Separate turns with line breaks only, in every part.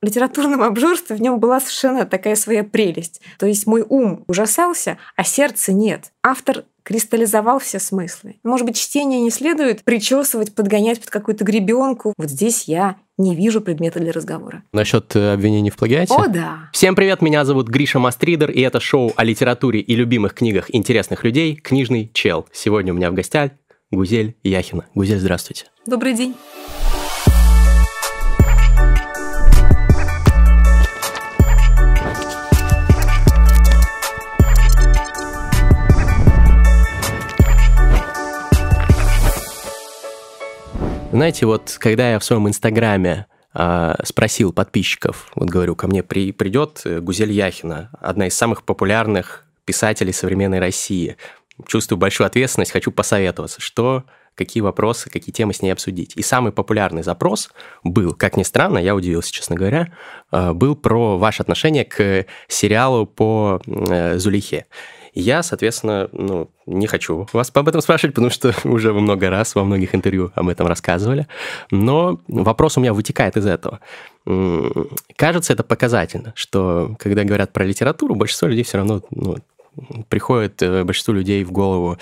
литературном обжорстве в нем была совершенно такая своя прелесть. То есть мой ум ужасался, а сердца нет. Автор кристаллизовал все смыслы. Может быть, чтение не следует причесывать, подгонять под какую-то гребенку. Вот здесь я не вижу предмета для разговора.
Насчет обвинений в плагиате?
О, да.
Всем привет, меня зовут Гриша Мастридер, и это шоу о литературе и любимых книгах интересных людей «Книжный чел». Сегодня у меня в гостях Гузель Яхина. Гузель, здравствуйте.
Добрый день.
Знаете, вот когда я в своем инстаграме спросил подписчиков, вот говорю, ко мне придет Гузель Яхина, одна из самых популярных писателей современной России. Чувствую большую ответственность, хочу посоветоваться, какие вопросы, какие темы с ней обсудить. И самый популярный запрос был, как ни странно, я удивился, честно говоря, был про ваше отношение к сериалу по Зулейхе. Я, соответственно, не хочу вас об этом спрашивать, потому что уже вы много раз во многих интервью об этом рассказывали. Но вопрос у меня вытекает из этого. Кажется, это показательно, что когда говорят про литературу, большинство людей все равно приходит большинству людей в голову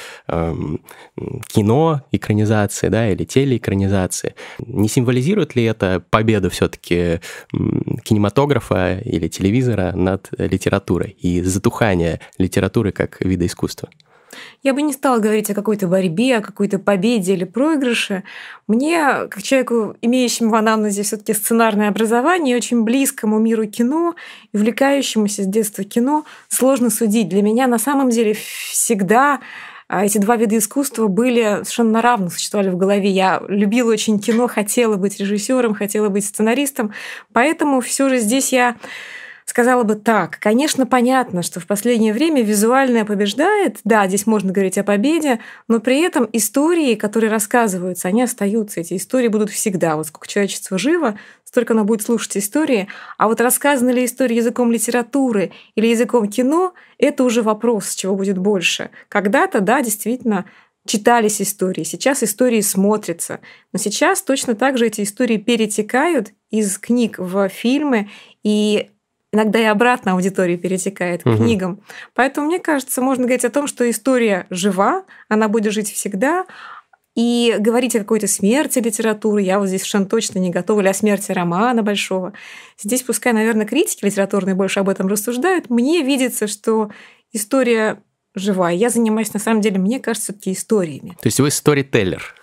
кино, экранизации, да, или телеэкранизации. Не символизирует ли это победу все-таки кинематографа или телевизора над литературой и затухание литературы как вида искусства?
Я бы не стала говорить о какой-то борьбе, о какой-то победе или проигрыше. Мне, как человеку, имеющему в анамнезе все-таки сценарное образование, очень близкому миру кино, и увлекающемуся с детства кино, сложно судить. Для меня на самом деле всегда эти два вида искусства были совершенно равно, существовали в голове. Я любила очень кино, хотела быть режиссером, хотела быть сценаристом, поэтому все же здесь я сказала бы так. Конечно, понятно, что в последнее время визуальное побеждает. Да, здесь можно говорить о победе, но при этом истории, которые рассказываются, они остаются. Эти истории будут всегда. Вот сколько человечество живо, столько оно будет слушать истории. А вот рассказаны ли истории языком литературы или языком кино, это уже вопрос, чего будет больше. Когда-то, да, действительно, читались истории, сейчас истории смотрятся. Но сейчас точно так же эти истории перетекают из книг в фильмы, и иногда и обратно аудитория перетекает к книгам. Поэтому, мне кажется, можно говорить о том, что история жива, она будет жить всегда. И говорить о какой-то смерти литературы, я вот здесь совершенно точно не готова, или о смерти романа большого. Здесь пускай, наверное, критики литературные больше об этом рассуждают. Мне видится, что история жива. Я занимаюсь, на самом деле, мне кажется, все-таки историями.
То есть вы сторителлер?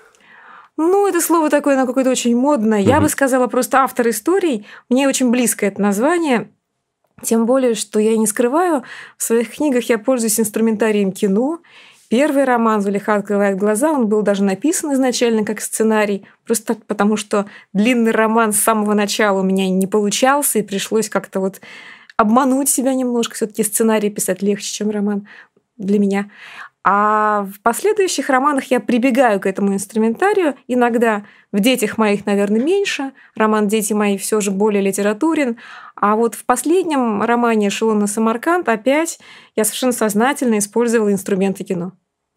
Это слово такое, оно какое-то очень модное. Я бы сказала просто автор историй. Мне очень близко это название. Тем более, что я не скрываю, в своих книгах я пользуюсь инструментарием кино. Первый роман «Зулейха открывает глаза», он был даже написан изначально как сценарий, просто потому что длинный роман с самого начала у меня не получался, и пришлось как-то вот обмануть себя немножко. Все-таки сценарий писать легче, чем роман для меня. А в последующих романах я прибегаю к этому инструментарию. Иногда в «Детях моих», наверное, меньше. Роман «Дети мои» все же более литературен. А вот в последнем романе «Эшелон на Самарканд» опять я совершенно сознательно использовала инструменты кино.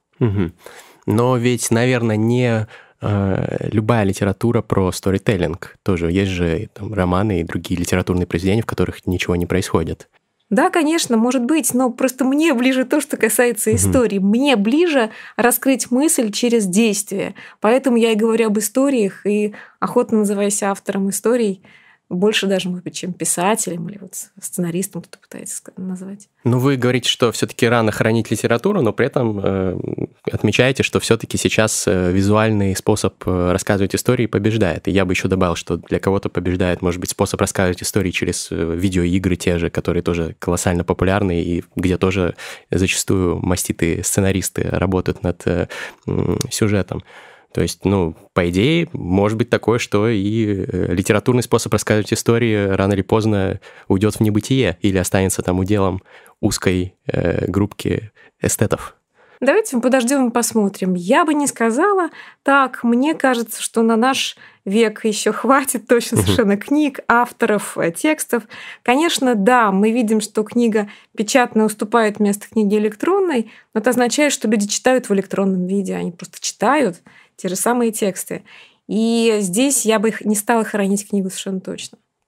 Но ведь, наверное, не любая литература про сторителлинг. Тоже есть же там романы и другие литературные произведения, в которых ничего не происходит.
Да, конечно, может быть, но просто мне ближе то, что касается истории. Мне ближе раскрыть мысль через действие. Поэтому я и говорю об историях, и охотно называюсь автором историй, больше даже, может быть, чем писателем или вот сценаристом кто-то пытается назвать.
Вы говорите, что все-таки рано хранить литературу, но при этом отмечаете, что все-таки сейчас визуальный способ рассказывать истории побеждает. И я бы еще добавил, что для кого-то побеждает, может быть, способ рассказывать истории через видеоигры те же, которые тоже колоссально популярны и где тоже зачастую маститые сценаристы работают над сюжетом. То есть, по идее, может быть такое, что и литературный способ рассказывать истории рано или поздно уйдет в небытие или останется там уделом узкой группки эстетов.
Давайте мы подождем и посмотрим. Я бы не сказала так. Мне кажется, что на наш век еще хватит точно совершенно книг, авторов, текстов. Конечно, да, мы видим, что книга печатная уступает место книге электронной, но это означает, что люди читают в электронном виде, они просто читают те же самые тексты. И здесь я бы не стала хоронить книгу совершенно точно.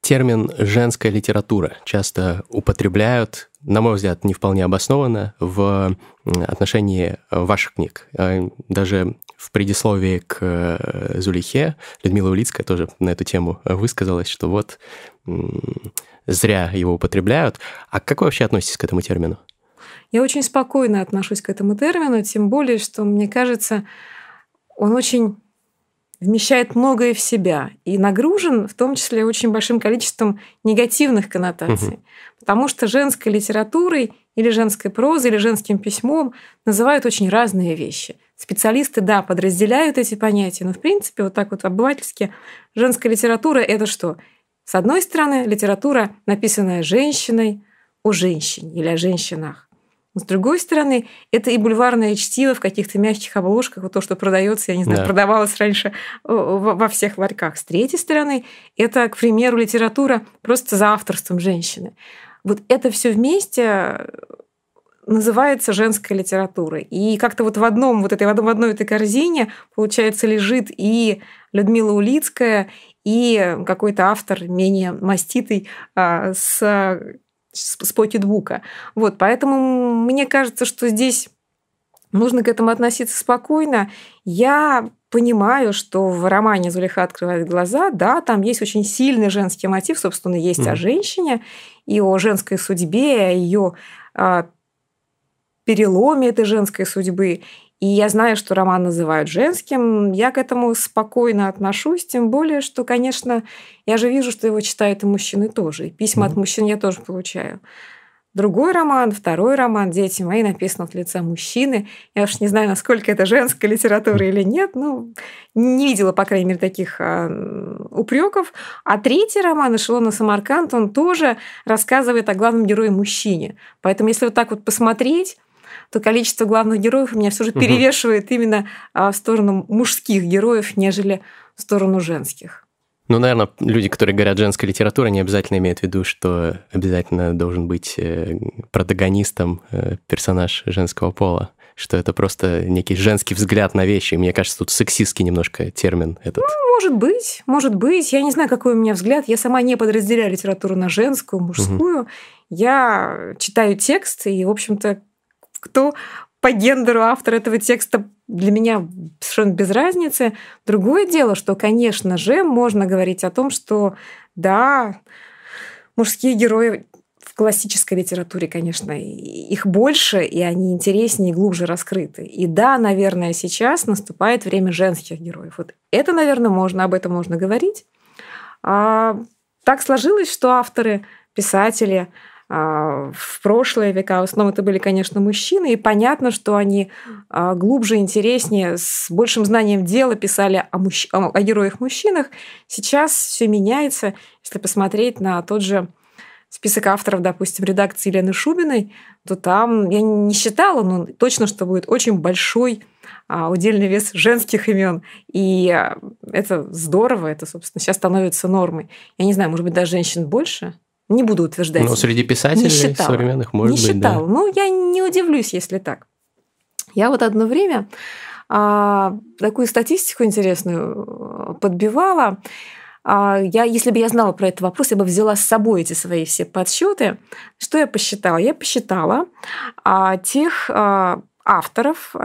Термин «женская литература» часто употребляют, на мой взгляд, не вполне обоснованно в отношении ваших книг. Даже в предисловии к «Зулейхе» Людмила Улицкая тоже на эту тему высказалась, что вот зря его употребляют. А как вы вообще относитесь к этому термину?
Я очень спокойно отношусь к этому термину, тем более, что, мне кажется, он очень вмещает многое в себя и нагружен в том числе очень большим количеством негативных коннотаций. Потому что женской литературой или женской прозой, или женским письмом называют очень разные вещи. Специалисты, да, подразделяют эти понятия, но в принципе вот так вот обывательски женская литература – это что? С одной стороны, литература, написанная женщиной о женщине или о женщинах. С другой стороны, это и бульварное чтиво в каких-то мягких обложках, вот то, что продается, я не знаю, продавалось раньше во всех ларьках. С третьей стороны, это, к примеру, литература просто за авторством женщины. Вот это все вместе называется женской литературой. И как-то вот в одной этой корзине, получается, лежит и Людмила Улицкая, и какой-то автор менее маститый с покетбука. Вот, поэтому мне кажется, что здесь нужно к этому относиться спокойно. Я понимаю, что в романе «Зулейха открывает глаза», да, там есть очень сильный женский мотив, собственно, есть о женщине и о женской судьбе, о ее переломе этой женской судьбы. И я знаю, что роман называют женским. Я к этому спокойно отношусь, тем более, что, конечно, я же вижу, что его читают и мужчины тоже. И письма от мужчин я тоже получаю. Другой роман, второй роман «Дети мои» написан от лица мужчины. Я уж не знаю, насколько это женская литература или нет. Ну, не видела, по крайней мере, таких упреков. А третий роман «Эшелон на Самарканд», он тоже рассказывает о главном герое мужчине. Поэтому, если вот так вот посмотреть, то количество главных героев у меня все же перевешивает именно в сторону мужских героев, нежели в сторону женских.
Ну, наверное, люди, которые говорят «женская литература», не обязательно имеют в виду, что обязательно должен быть протагонистом персонаж женского пола, что это просто некий женский взгляд на вещи. Мне кажется, тут сексистский немножко термин этот.
Ну, может быть. Я не знаю, какой у меня взгляд. Я сама не подразделяю литературу на женскую, мужскую. Я читаю текст, и, в общем-то, кто по гендеру автор этого текста, для меня совершенно без разницы. Другое дело, что, конечно же, можно говорить о том, что, да, мужские герои в классической литературе, конечно, их больше, и они интереснее и глубже раскрыты. И да, наверное, сейчас наступает время женских героев. Вот это, наверное, об этом можно говорить. Так сложилось, что авторы, писатели в прошлые века в основном это были, конечно, мужчины, и понятно, что они глубже, интереснее, с большим знанием дела писали о героях-мужчинах. Сейчас все меняется. Если посмотреть на тот же список авторов, допустим, редакции Елены Шубиной, то там, я не считала, но точно, что будет очень большой удельный вес женских имен. И это здорово, это, собственно, сейчас становится нормой. Я не знаю, может быть, даже женщин больше? Не буду утверждать.
Но среди писателей современных, может быть, да.
Ну, я не удивлюсь, если так. Я вот одно время такую статистику интересную подбивала. Если бы я знала про этот вопрос, я бы взяла с собой эти свои все подсчеты. Что я посчитала? Я посчитала тех авторов,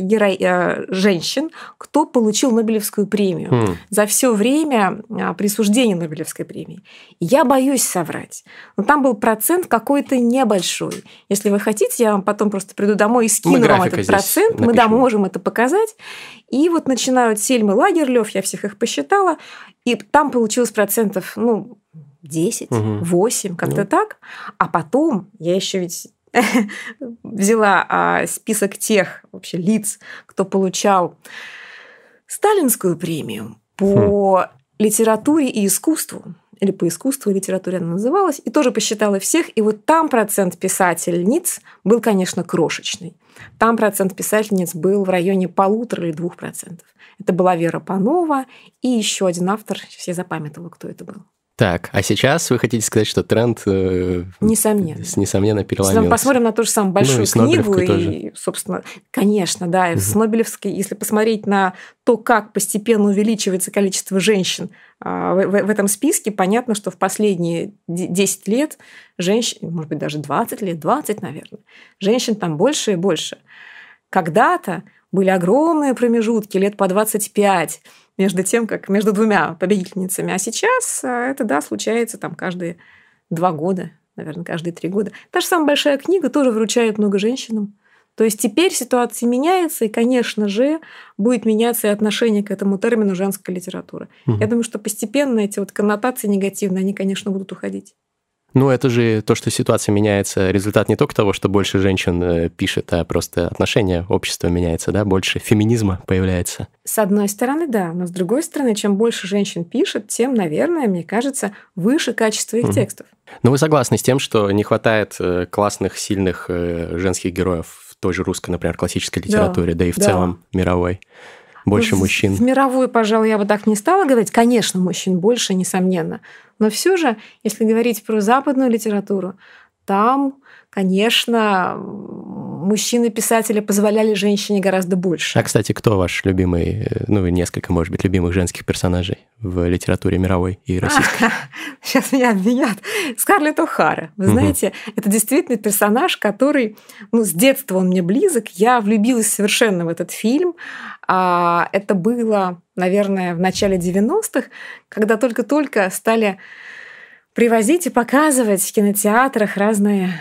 женщин, кто получил Нобелевскую премию за все время присуждения Нобелевской премии. Я боюсь соврать, но там был процент какой-то небольшой. Если вы хотите, я вам потом просто приду домой и скину вам этот процент. Мы можем это показать. И вот начиная от Сельмы Лагерлёв, я всех их посчитала, и там получилось процентов 10, 8, как-то так. А потом я еще ведь взяла список тех вообще лиц, кто получал сталинскую премию по литературе и искусству, или по искусству и литературе она называлась, и тоже посчитала всех, и вот там процент писательниц был, конечно, крошечный. Там процент писательниц был в районе 1,5 или 2%. Это была Вера Панова и еще один автор, сейчас я запамятовала, кто это был.
Так, а сейчас вы хотите сказать, что тренд несомненно переломился?
Если мы посмотрим на ту же самую большую книгу,
и,
собственно, конечно, да, и с Нобелевской, если посмотреть на то, как постепенно увеличивается количество женщин в этом списке, понятно, что в последние 10 лет женщин, может быть, даже 20 лет, 20, наверное, женщин там больше и больше. Когда-то были огромные промежутки, лет по 25, между двумя победительницами. А сейчас это, да, случается там каждые 2 года, наверное, каждые 3 года. Та же самая большая книга тоже вручает много женщинам. То есть теперь ситуация меняется, и, конечно же, будет меняться и отношение к этому термину «женская литература». Я думаю, что постепенно эти вот коннотации негативные, они, конечно, будут уходить.
Ну, это же то, что ситуация меняется, результат не только того, что больше женщин пишет, а просто отношение общества меняется, да, больше феминизма появляется.
С одной стороны, да, но с другой стороны, чем больше женщин пишет, тем, наверное, мне кажется, выше качество их текстов.
Но вы согласны с тем, что не хватает классных, сильных женских героев в той же русской, например, классической литературе, да и в целом мировой? Больше мужчин.
В мировую, пожалуй, я бы так не стала говорить. Конечно, мужчин больше, несомненно. Но все же, если говорить про западную литературу, там, конечно, мужчины-писатели позволяли женщине гораздо больше.
А, кстати, кто ваш любимый, ну, несколько, может быть, любимых женских персонажей в литературе мировой и российской?
Сейчас меня обвинят. Скарлетт О'Хара. Вы знаете, это действительно персонаж, который, с детства он мне близок. Я влюбилась совершенно в этот фильм. Это было, наверное, в начале 90-х, когда только-только стали привозить и показывать в кинотеатрах разные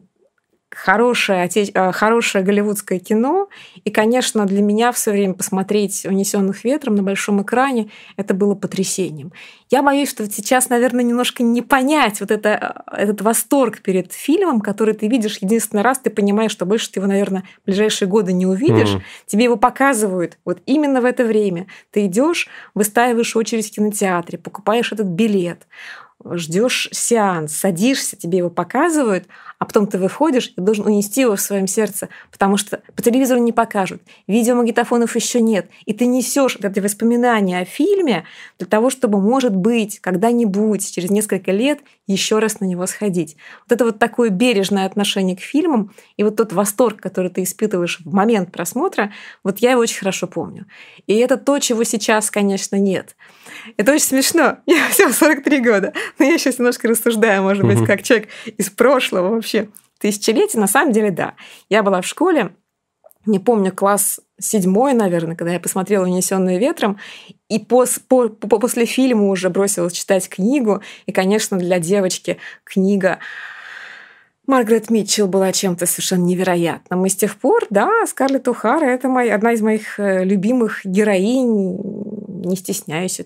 хорошее голливудское кино. И, конечно, для меня в свое время посмотреть «Унесённых ветром» на большом экране это было потрясением. Я боюсь, что сейчас, наверное, немножко не понять этот восторг перед фильмом, который ты видишь единственный раз, ты понимаешь, что больше ты его, наверное, в ближайшие годы не увидишь. Тебе его показывают вот именно в это время. Ты идешь, выстаиваешь очередь в кинотеатре, покупаешь этот билет, ждешь сеанс, садишься, тебе его показывают, а потом ты выходишь и должен унести его в своем сердце, потому что по телевизору не покажут, видеомагнитофонов еще нет, и ты несешь эти воспоминания о фильме для того, чтобы, может быть, когда-нибудь, через несколько лет, еще раз на него сходить. Вот это вот такое бережное отношение к фильмам и вот тот восторг, который ты испытываешь в момент просмотра, вот я его очень хорошо помню. И это то, чего сейчас, конечно, нет. Это очень смешно. Мне всего 43 года. Но я сейчас немножко рассуждаю, может быть, как человек из прошлого вообще тысячелетия. На самом деле, да. Я была в школе, не помню, класс 7, наверное, когда я посмотрела «Унесённые ветром», и после фильма уже бросилась читать книгу. И, конечно, для девочки книга Маргарет Митчелл была чем-то совершенно невероятным. И с тех пор, да, Скарлетт О'Хара – это одна из моих любимых героинь. Не стесняюсь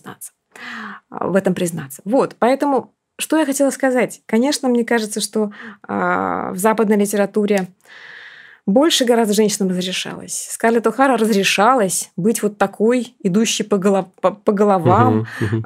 в этом признаться. Вот, поэтому что я хотела сказать? Конечно, мне кажется, что в западной литературе больше гораздо женщинам разрешалось. Скарлетт О'Хара разрешалось быть вот такой, идущей по головам,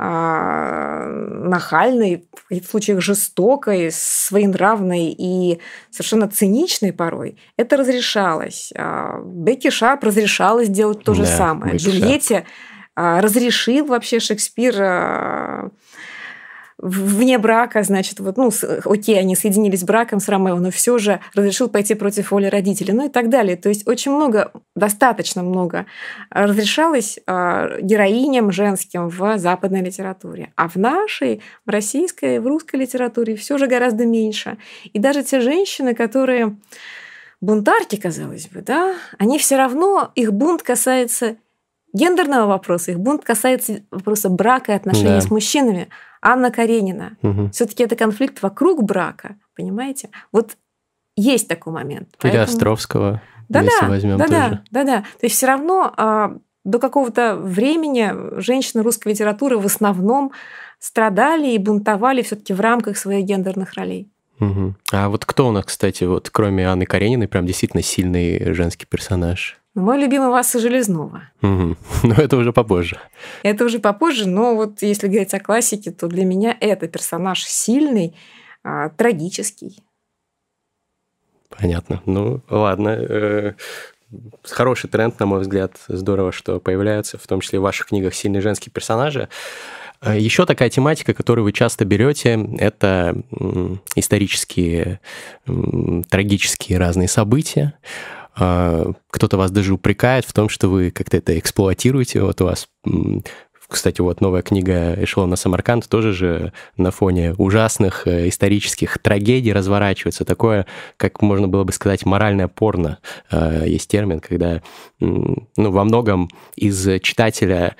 нахальной, в каких-то случаях жестокой, своенравной и совершенно циничной порой. Это разрешалось. Бекки Шарп разрешалось делать то же самое. Джульетте разрешил вообще Шекспир вне брака, значит, окей, они соединились браком с Ромео, но все же разрешил пойти против воли родителей, и так далее. То есть очень много, достаточно много разрешалось героиням женским в западной литературе. А в нашей, в российской, в русской литературе все же гораздо меньше. И даже те женщины, которые бунтарки, казалось бы, да, они все равно, их бунт касается гендерного вопроса, их бунт касается вопроса брака и отношений с мужчинами. Анна Каренина. Все-таки это конфликт вокруг брака, понимаете? Вот есть такой момент.
Или Островского, если возьмем тоже.
Да. То есть все равно до какого-то времени женщины русской литературы в основном страдали и бунтовали все-таки в рамках своих гендерных ролей.
А вот кто у нас, кстати, вот кроме Анны Карениной, прям действительно сильный женский персонаж?
Мой любимый Васа Железнова.
Но это уже попозже.
Но вот если говорить о классике, то для меня это персонаж сильный, трагический.
Понятно. Ну, ладно. Хороший тренд, на мой взгляд. Здорово, что появляются, в том числе в ваших книгах, сильные женские персонажи. Еще такая тематика, которую вы часто берете, это исторические, трагические разные события. Кто-то вас даже упрекает в том, что вы как-то это эксплуатируете. Вот у вас, кстати, вот новая книга «Эшелон на Самарканд» тоже же на фоне ужасных исторических трагедий разворачивается. Такое, как можно было бы сказать, моральное порно. Есть термин, когда во многом из читателя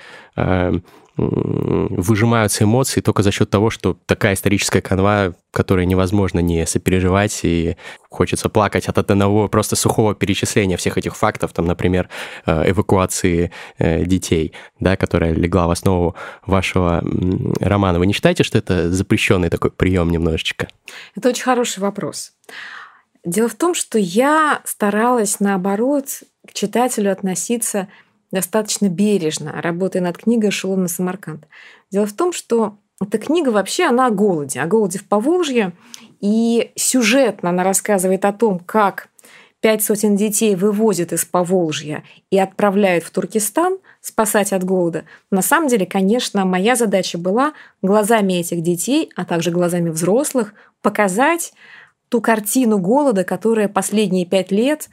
выжимаются эмоции только за счет того, что такая историческая канва, которой невозможно не сопереживать, и хочется плакать от одного просто сухого перечисления всех этих фактов, там, например, эвакуации детей, да, которая легла в основу вашего романа. Вы не считаете, что это запрещенный такой прием немножечко?
Это очень хороший вопрос. Дело в том, что я старалась, наоборот, к читателю относиться достаточно бережно, работая над книгой «Эшелон на Самарканд». Дело в том, что эта книга вообще, она о голоде в Поволжье, и сюжетно она рассказывает о том, как 500 детей вывозят из Поволжья и отправляют в Туркестан спасать от голода. На самом деле, конечно, моя задача была глазами этих детей, а также глазами взрослых показать ту картину голода, которая последние 5 лет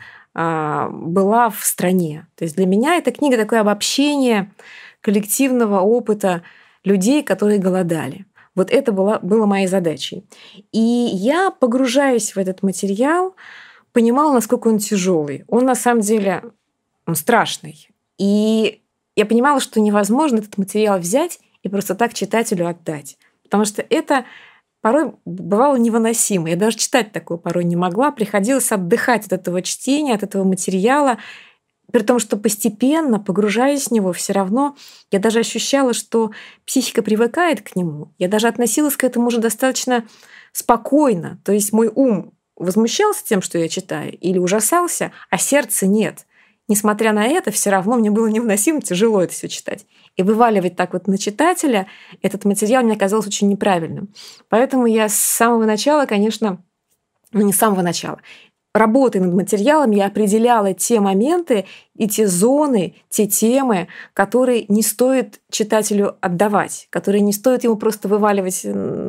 была в стране. То есть для меня эта книга такое обобщение коллективного опыта людей, которые голодали. Вот это было моей задачей. И я, погружаясь в этот материал, понимала, насколько он тяжелый. Он на самом деле страшный. И я понимала, что невозможно этот материал взять и просто так читателю отдать. Потому что это порой бывало невыносимо. Я даже читать такое порой не могла. Приходилось отдыхать от этого чтения, от этого материала. При том, что постепенно, погружаясь в него, все равно я даже ощущала, что психика привыкает к нему. Я даже относилась к этому уже достаточно спокойно. То есть мой ум возмущался тем, что я читаю, или ужасался, а сердца нет. Несмотря на это, все равно мне было невыносимо тяжело это все читать. И вываливать так вот на читателя этот материал мне казалось очень неправильным. Поэтому я с самого начала, конечно, не с самого начала, работая над материалом, я определяла те моменты и те зоны, те темы, которые не стоит читателю отдавать, которые не стоит ему просто вываливать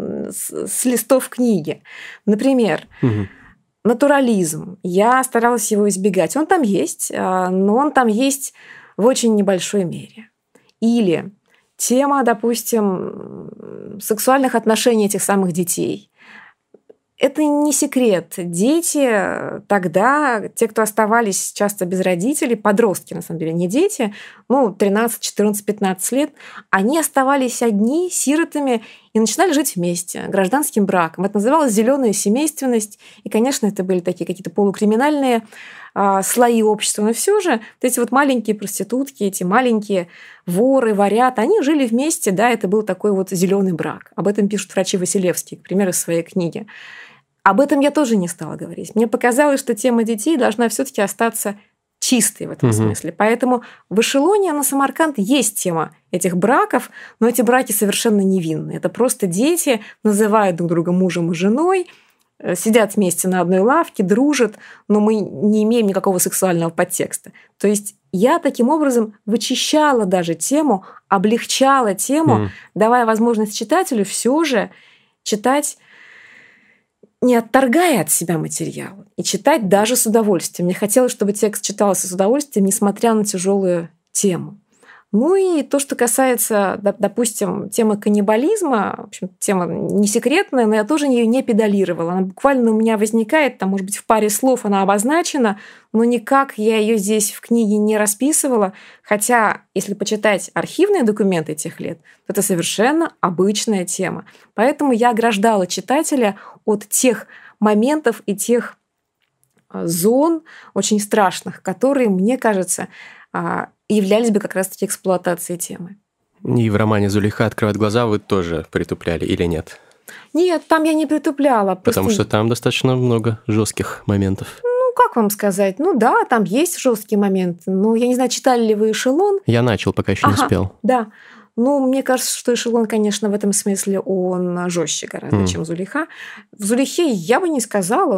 с листов книги. Например, натурализм. Я старалась его избегать. Он там есть, но он там есть в очень небольшой мере. Или тема, допустим, сексуальных отношений этих самых детей. Это не секрет. Дети тогда, те, кто оставались часто без родителей, подростки, на самом деле, не дети, 13, 14, 15 лет, они оставались одни, сиротами, и начинали жить вместе, гражданским браком. Это называлось зеленая семейственность. И, конечно, это были такие какие-то полукриминальные слои общества. Но все же вот эти вот маленькие проститутки, эти маленькие воры, ворята, они жили вместе, да, это был такой вот зеленый брак. Об этом пишут врачи Василевский, к примеру, в своей книге. Об этом я тоже не стала говорить. Мне показалось, что тема детей должна все-таки остаться чистой в этом смысле. Поэтому в «Эшелоне на Самарканд» есть тема этих браков, но эти браки совершенно невинные. Это просто дети называют друг друга мужем и женой, сидят вместе на одной лавке, дружат, но мы не имеем никакого сексуального подтекста. То есть я таким образом вычищала даже тему, облегчала тему, давая возможность читателю все же читать, не отторгая от себя материал, и читать даже с удовольствием. Мне хотелось, чтобы текст читался с удовольствием, несмотря на тяжелую тему. Ну и то, что касается, допустим, темы каннибализма, в общем, тема не секретная, но я тоже ее не педалировала. Она буквально у меня возникает, там, может быть, в паре слов она обозначена, но никак я ее здесь в книге не расписывала. Хотя, если почитать архивные документы тех лет, то это совершенно обычная тема. Поэтому я ограждала читателя от тех моментов и тех зон очень страшных, которые, мне кажется, являлись бы как раз-таки эксплуатацией темы.
И в романе «Зулейха открывает глаза» вы тоже притупляли или нет?
Нет, там я не притупляла.
Потому что там достаточно много жестких моментов.
Ну, как вам сказать? Ну да, там есть жесткий момент. Но я не знаю, читали ли вы «Эшелон».
Я начал, пока еще не успел.
Да. Ну, мне кажется, что «Эшелон», конечно, в этом смысле он жестче гораздо, чем «Зулейха». В «Зулейхе» я бы не сказала,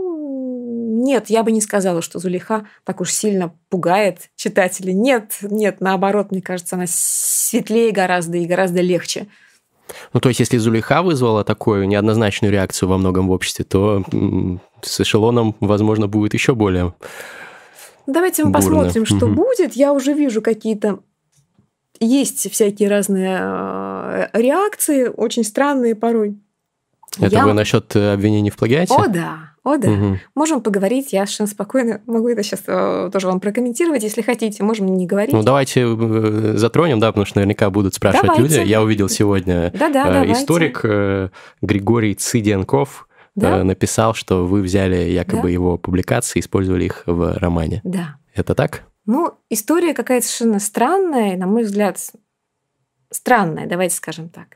нет, я бы не сказала, что «Зулейха» так уж сильно пугает читателей. Нет, наоборот, мне кажется, она светлее гораздо и гораздо легче.
Ну, то есть, если Зулейха вызвала такую неоднозначную реакцию во многом в обществе, то с эшелоном, возможно, будет еще более
Давайте мы
бурно.
посмотрим, что будет. Я уже вижу какие-то... Есть всякие разные реакции, очень странные порой.
Это вы насчет обвинений в плагиате?
О, да. Можем поговорить, я совершенно спокойно могу это сейчас тоже вам прокомментировать, если хотите, можем не говорить.
Ну, давайте затронем, да, потому что наверняка будут спрашивать люди. Я увидел сегодня историк Григорий Цыденков написал, что вы взяли якобы его публикации и использовали их в романе.
Да.
Это так?
Ну, история какая-то совершенно странная, на мой взгляд, странная, давайте скажем так.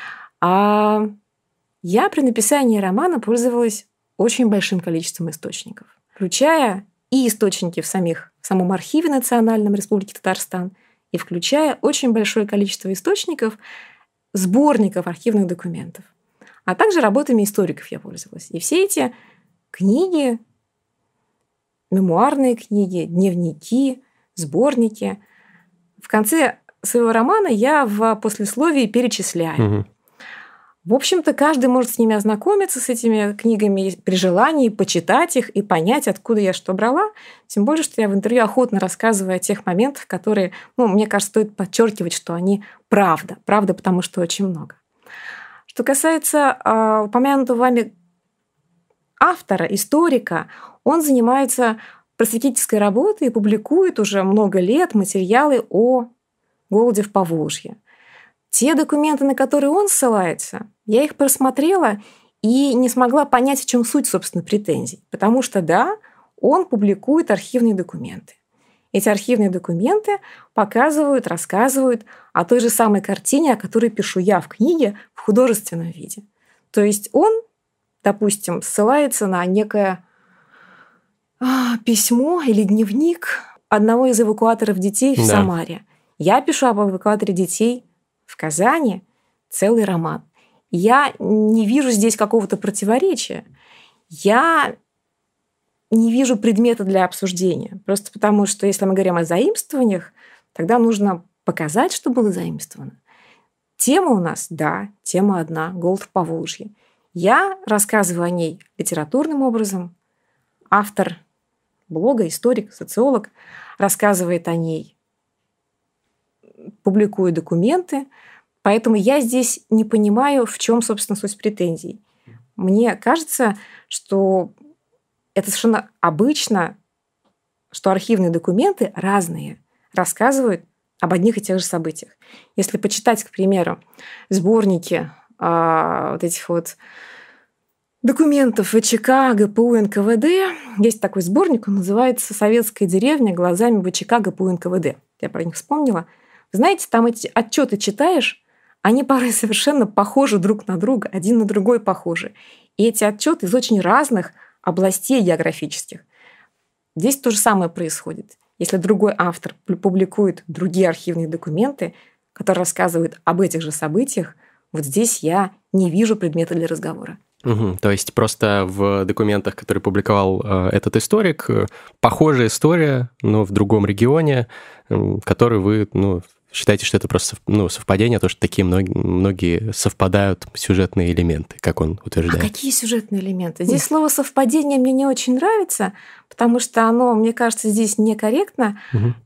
А я при написании романа пользовалась очень большим количеством источников, включая и источники в самом архиве Национальном Республики Татарстан, и включая очень большое количество источников, сборников архивных документов. А также работами историков я пользовалась. И все эти книги, мемуарные книги, дневники, сборники, в конце своего романа я в послесловии перечисляю. В общем-то, каждый может с ними ознакомиться, с этими книгами при желании, почитать их и понять, откуда я что брала. Тем более, что я в интервью охотно рассказываю о тех моментах, которые, мне кажется, стоит подчеркивать, что они правда. Правда, потому что очень много. Что касается упомянутого вами автора, историка, он занимается просветительской работой и публикует уже много лет материалы о голоде в Поволжье. Те документы, на которые он ссылается, я их просмотрела и не смогла понять, в чем суть, собственно, претензий. Потому что, да, он публикует архивные документы. Эти архивные документы показывают, рассказывают о той же самой картине, о которой пишу я в книге в художественном виде. То есть он, допустим, ссылается на некое письмо или дневник одного из эвакуаторов детей в Самаре. Я пишу об эвакуаторе детей в Казани целый роман. Я не вижу здесь какого-то противоречия. Я не вижу предмета для обсуждения. Просто потому, что если мы говорим о заимствованиях, тогда нужно показать, что было заимствовано. Тема у нас, тема одна – голод в Поволжье. Я рассказываю о ней литературным образом. Автор блога, историк, социолог рассказывает о ней, публикует документы. Поэтому я здесь не понимаю, в чем, собственно, суть претензий. Мне кажется, что это совершенно обычно, что архивные документы разные рассказывают об одних и тех же событиях. Если почитать, к примеру, сборники вот этих вот документов ВЧК, ГПУ, НКВД, есть такой сборник, он называется «Советская деревня глазами ВЧК, ГПУ, НКВД». Я про них вспомнила. Знаете, там эти отчеты читаешь, они порой совершенно похожи друг на друга, один на другой похожи. И эти отчеты из очень разных областей географических. Здесь то же самое происходит. Если другой автор публикует другие архивные документы, которые рассказывают об этих же событиях, вот здесь я не вижу предмета для разговора.
То есть просто в документах, которые публиковал этот историк, похожая история, но в другом регионе, который вы считаете, что это просто совпадение, то, что такие многие совпадают сюжетные элементы, как он утверждает.
А какие сюжетные элементы? Здесь слово «совпадение» мне не очень нравится, потому что оно, мне кажется, здесь некорректно.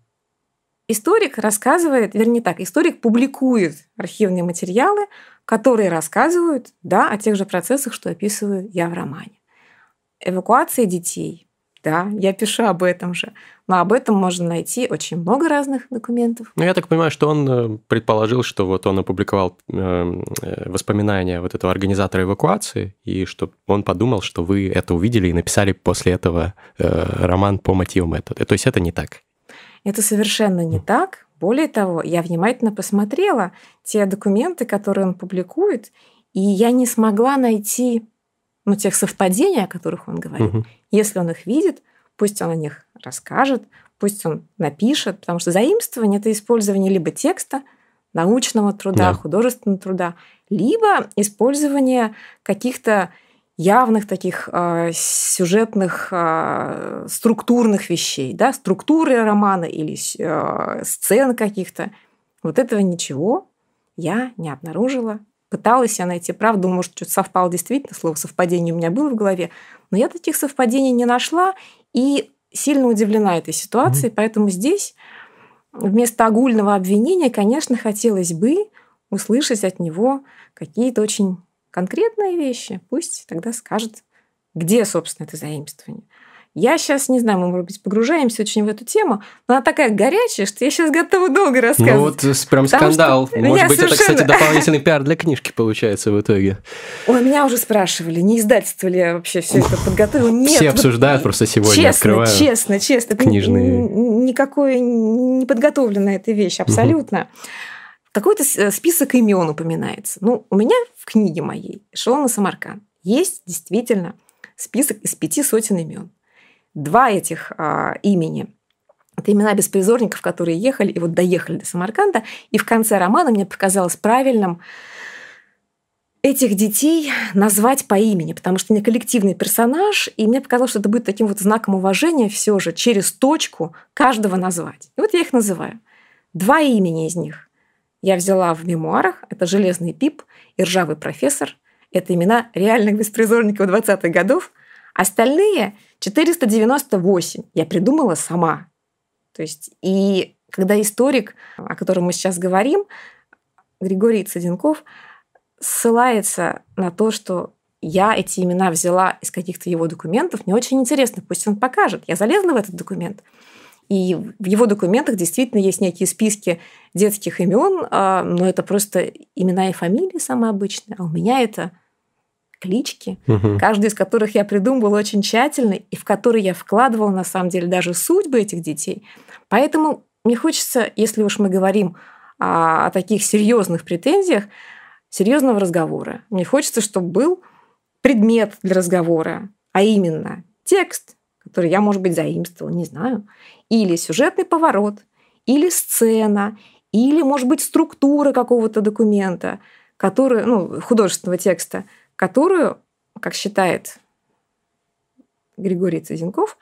Историк рассказывает, вернее так, историк публикует архивные материалы, которые рассказывают, о тех же процессах, что описываю я в романе. Эвакуация детей. Да, я пишу об этом же. Но об этом можно найти очень много разных документов.
Я так понимаю, что он предположил, что вот он опубликовал воспоминания вот этого организатора эвакуации, и что он подумал, что вы это увидели и написали после этого роман по мотивам этого. То есть это не так?
Это совершенно не так. Более того, я внимательно посмотрела те документы, которые он публикует, и я не смогла найти тех совпадений, о которых он говорит. Если он их видит, пусть он о них расскажет, пусть он напишет, потому что заимствование – это использование либо текста, научного труда, художественного труда, либо использование каких-то явных таких сюжетных, структурных вещей, структуры романа или сцен каких-то. Вот этого ничего я не обнаружила Пыталась я найти правду, может, что-то совпало действительно, слово «совпадение» у меня было в голове, но я таких совпадений не нашла и сильно удивлена этой ситуацией, поэтому здесь вместо огульного обвинения, конечно, хотелось бы услышать от него какие-то очень конкретные вещи. Пусть тогда скажет, где, собственно, это заимствование. Я сейчас, не знаю, мы, может быть, погружаемся очень в эту тему, но она такая горячая, что я сейчас готова долго рассказывать.
Ну вот прям скандал. Может быть, это, кстати, дополнительный пиар для книжки получается в итоге.
Ой, меня уже спрашивали, не издательство ли я вообще все это подготовила. Нет.
Все обсуждают, просто сегодня открываю.
Честно.
Книжные.
Никакой не подготовленная эта вещь, абсолютно. Какой-то список имен упоминается. Ну, у меня в книге моей «Эшелон на Самарканд» есть действительно список из 500 имен. 2 этих имени – это имена беспризорников, которые ехали и вот доехали до Самарканда. И в конце романа мне показалось правильным этих детей назвать по имени, потому что они коллективный персонаж, и мне показалось, что это будет таким вот знаком уважения все же через точку каждого назвать. И вот я их называю. 2 имени из них я взяла в мемуарах. Это «Железный Пип» и «Ржавый профессор». Это имена реальных беспризорников 20-х годов. Остальные 498 я придумала сама. То есть, и когда историк, о котором мы сейчас говорим, Григорий Цыденков, ссылается на то, что я эти имена взяла из каких-то его документов, мне очень интересно, пусть он покажет. Я залезла в этот документ, и в его документах действительно есть некие списки детских имен, но это просто имена и фамилии самые обычные, а у меня это клички, каждую из которых я придумывала очень тщательно, и в которые я вкладывала, на самом деле, даже судьбы этих детей. Поэтому мне хочется, если уж мы говорим о таких серьезных претензиях, серьезного разговора. Мне хочется, чтобы был предмет для разговора, а именно текст, который я, может быть, заимствовала, не знаю, или сюжетный поворот, или сцена, или, может быть, структура какого-то документа, художественного текста, которую, как считает Григорий Цыденков,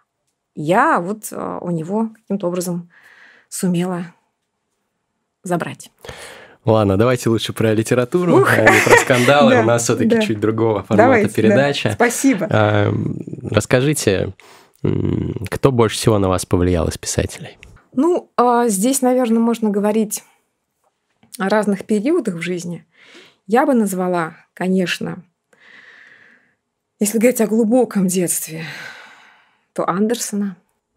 я вот у него каким-то образом сумела забрать.
Ладно, давайте лучше про литературу, а не про скандалы. У нас все-таки чуть другого формата передача.
Спасибо.
Расскажите, кто больше всего на вас повлиял из писателей?
Здесь, наверное, можно говорить о разных периодах в жизни. Я бы назвала, конечно, если говорить о глубоком детстве, то Андерсона.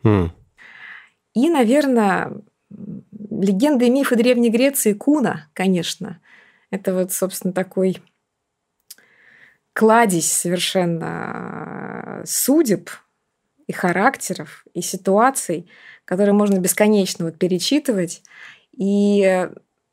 И, наверное, легенды и мифы Древней Греции Куна, конечно. Это вот, собственно, такой кладезь совершенно судеб и характеров, и ситуаций, которые можно бесконечно перечитывать. И,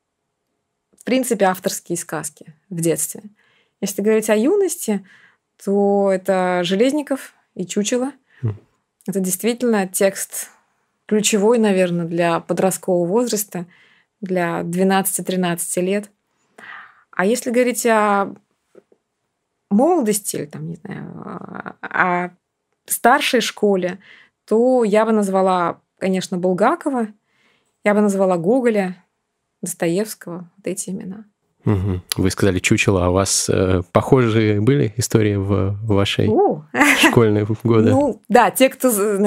в принципе, авторские сказки в детстве. Если говорить о юности, то это Железников и Чучело. Это действительно текст ключевой, наверное, для подросткового возраста, для 12-13 лет. А если говорить о молодости или, не знаю, о старшей школе, то я бы назвала, конечно, Булгакова, я бы назвала Гоголя, Достоевского, вот эти имена.
Вы сказали Чучело, а у вас похожие были истории в вашей школьные годы?
Да, те, кто,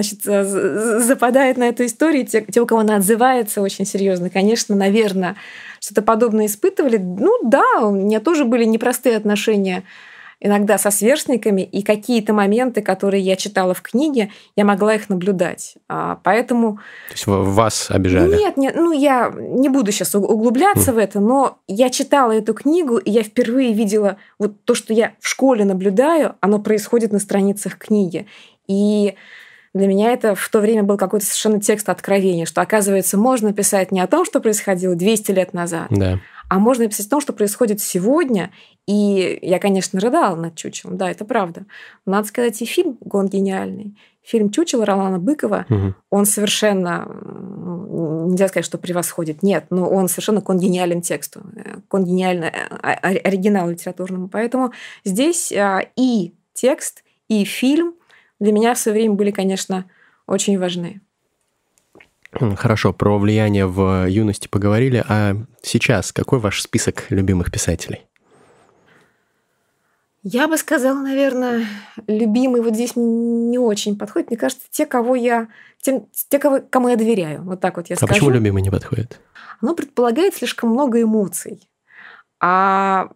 западает на эту историю, те, у кого она отзывается очень серьезно, конечно, наверное, что-то подобное испытывали. Да, у меня тоже были непростые отношения иногда со сверстниками, и какие-то моменты, которые я читала в книге, я могла их наблюдать. Поэтому...
То есть вас обижали?
Нет, я не буду сейчас углубляться в это, но я читала эту книгу, и я впервые видела вот то, что я в школе наблюдаю, оно происходит на страницах книги. И для меня это в то время был какой-то совершенно текст откровения, что, оказывается, можно писать не о том, что происходило 200 лет назад, а можно писать о том, что происходит сегодня. И я, конечно, рыдала над Чучелом, да, это правда. Но надо сказать, и фильм он гениальный. Фильм «Чучело» Ролана Быкова, он совершенно, нельзя сказать, что превосходит, нет, но он совершенно конгениален тексту, конгениальный оригинал литературному. Поэтому здесь и текст, и фильм для меня в свое время были, конечно, очень важны.
Хорошо, про влияние в юности поговорили. А сейчас какой ваш список любимых писателей?
Я бы сказала, наверное, любимый вот здесь не очень подходит. Мне кажется, кому я доверяю. Вот так вот я скажу.
А почему любимый не подходит?
Оно предполагает слишком много эмоций. А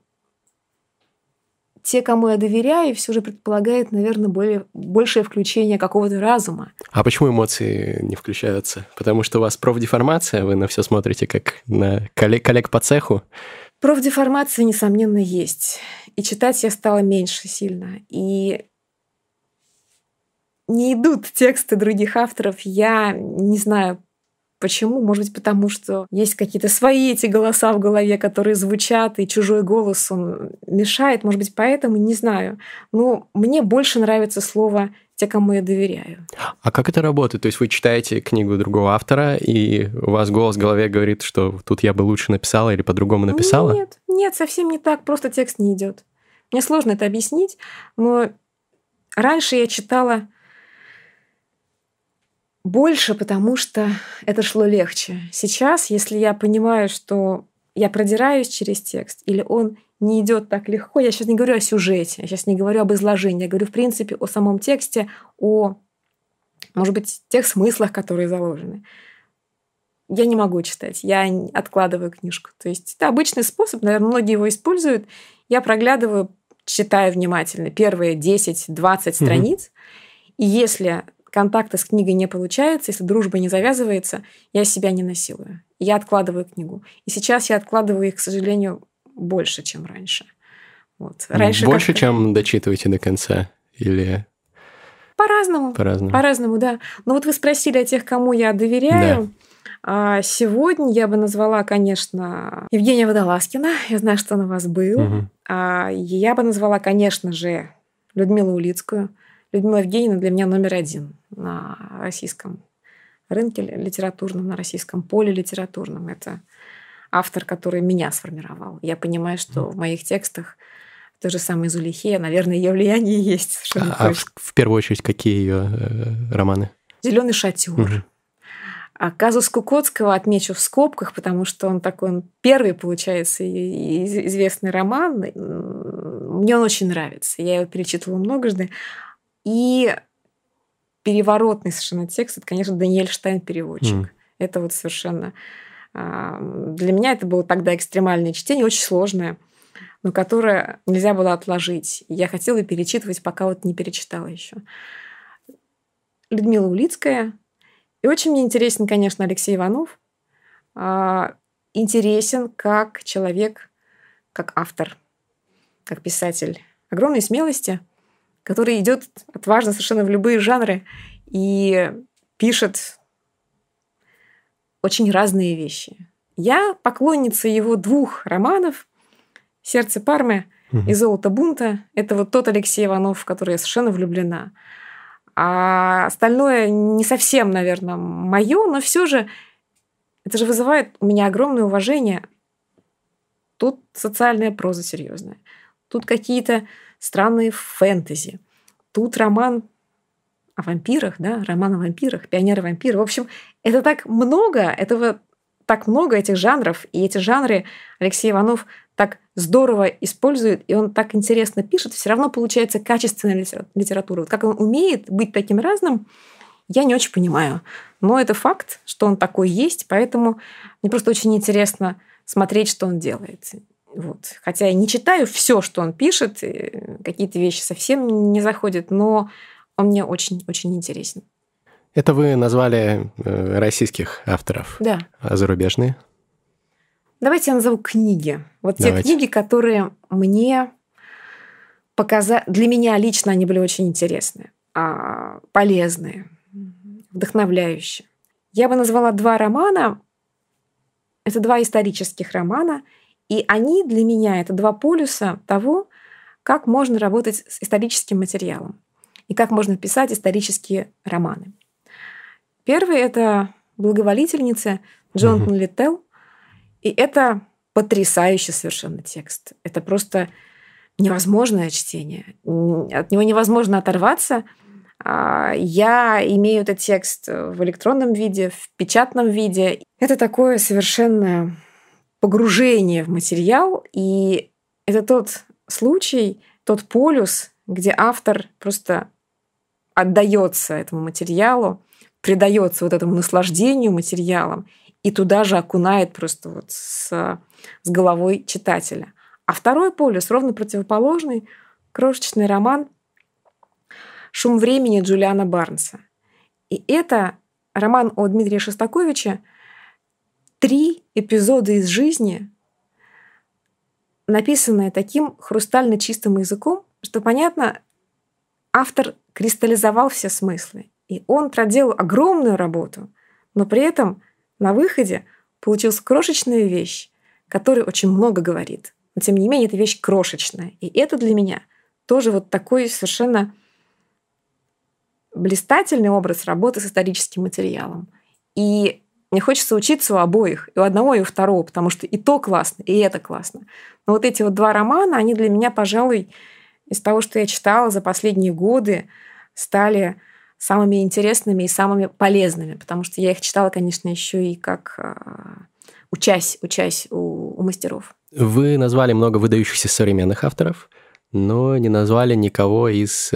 те, кому я доверяю, все же предполагает, наверное, большее включение какого-то разума.
А почему эмоции не включаются? Потому что у вас профдеформация, вы на все смотрите как на коллег по цеху?
Профдеформация, несомненно, есть. И читать я стала меньше сильно. И не идут тексты других авторов. Я не знаю, почему. Может быть, потому что есть какие-то свои эти голоса в голове, которые звучат, и чужой голос, он мешает. Может быть, поэтому, не знаю. Но мне больше нравится слово «те, кому я доверяю».
А как это работает? То есть вы читаете книгу другого автора, и у вас голос в голове говорит, что тут я бы лучше написала или по-другому написала?
Нет, совсем не так. Просто текст не идет. Мне сложно это объяснить, но раньше я читала больше, потому что это шло легче. Сейчас, если я понимаю, что я продираюсь через текст, или он не идет так легко, я сейчас не говорю о сюжете, я сейчас не говорю об изложении, я говорю, в принципе, о самом тексте, о, может быть, тех смыслах, которые заложены. Я не могу читать, я откладываю книжку. То есть это обычный способ, наверное, многие его используют. Я проглядываю, читаю внимательно первые 10-20 страниц, и если контакта с книгой не получается, если дружба не завязывается, я себя не насилую. Я откладываю книгу. И сейчас я откладываю их, к сожалению, больше, чем раньше. Вот. Раньше
больше, чем дочитываете до конца? Или...
По-разному. По-разному, да. Но вот вы спросили о тех, кому я доверяю. Да. Сегодня я бы назвала, конечно, Евгения Водолазкина. Я знаю, что он у вас был. Я бы назвала, конечно же, Людмилу Улицкую. Людмила Евгеньевна для меня номер один на российском рынке литературном, на российском поле литературном. Это автор, который меня сформировал. Я понимаю, что в моих текстах той же самой Зулейхе, наверное, ее влияние есть.
В первую очередь, какие ее романы?
«Зеленый шатер». А «Казус Кукоцкого» отмечу в скобках, потому что он такой первый, получается, известный роман. Мне он очень нравится. Я его перечитывала многожды. И переворотный совершенно текст, это, конечно, Даниэль Штайн, переводчик. Это вот совершенно... Для меня это было тогда экстремальное чтение, очень сложное, но которое нельзя было отложить. Я хотела перечитывать, пока вот не перечитала еще. Людмила Улицкая. И очень мне интересен, конечно, Алексей Иванов. Интересен как человек, как автор, как писатель. Огромной смелости, который идет отважно совершенно в любые жанры и пишет очень разные вещи. Я поклонница его 2 романов «Сердце Пармы» и «Золото бунта». Это вот тот Алексей Иванов, в который я совершенно влюблена. А остальное не совсем, наверное, мое, но все же это же вызывает у меня огромное уважение. Тут социальная проза серьезная. Тут какие-то странные фэнтези. Тут роман о вампирах, да, роман о вампирах, пионеры-вампиры. В общем, это так много этих жанров, и эти жанры Алексей Иванов так здорово использует, и он так интересно пишет, все равно получается качественная литература. Вот как он умеет быть таким разным, я не очень понимаю. Но это факт, что он такой есть, поэтому мне просто очень интересно смотреть, что он делает. Вот. Хотя я не читаю все, что он пишет, какие-то вещи совсем не заходят, но он мне очень-очень интересен.
Это вы назвали российских авторов.
Да.
А зарубежные?
Давайте я назову книги. Вот те книги, которые мне показали... Для меня лично они были очень интересные, полезные, вдохновляющие. Я бы назвала 2 романа. Это 2 исторических романа. И они для меня — это 2 полюса того, как можно работать с историческим материалом и как можно писать исторические романы. Первый — это «Благоволительница» Джонатан Литтелл. И это потрясающий совершенно текст. Это просто невозможное чтение. От него невозможно оторваться. Я имею этот текст в электронном виде, в печатном виде. Это такое совершенно погружение в материал. И это тот случай, тот полюс, где автор просто отдается этому материалу, предается вот этому наслаждению материалом и туда же окунает просто вот с головой читателя. А второй полюс, ровно противоположный, крошечный роман «Шум времени» Джулиана Барнса. И это роман о Дмитрии Шостаковиче, 3 эпизода из жизни, написанные таким хрустально чистым языком, что, понятно, автор кристаллизовал все смыслы. И он проделал огромную работу, но при этом на выходе получилась крошечная вещь, которая очень много говорит. Но, тем не менее, эта вещь крошечная. И это для меня тоже вот такой совершенно блистательный образ работы с историческим материалом. И мне хочется учиться у обоих, и у одного, и у второго, потому что и то классно, и это классно. Но вот эти вот 2 романа, они для меня, пожалуй, из того, что я читала за последние годы, стали самыми интересными и самыми полезными, потому что я их читала, конечно, еще и как учась у мастеров.
Вы назвали много выдающихся современных авторов, но не назвали никого из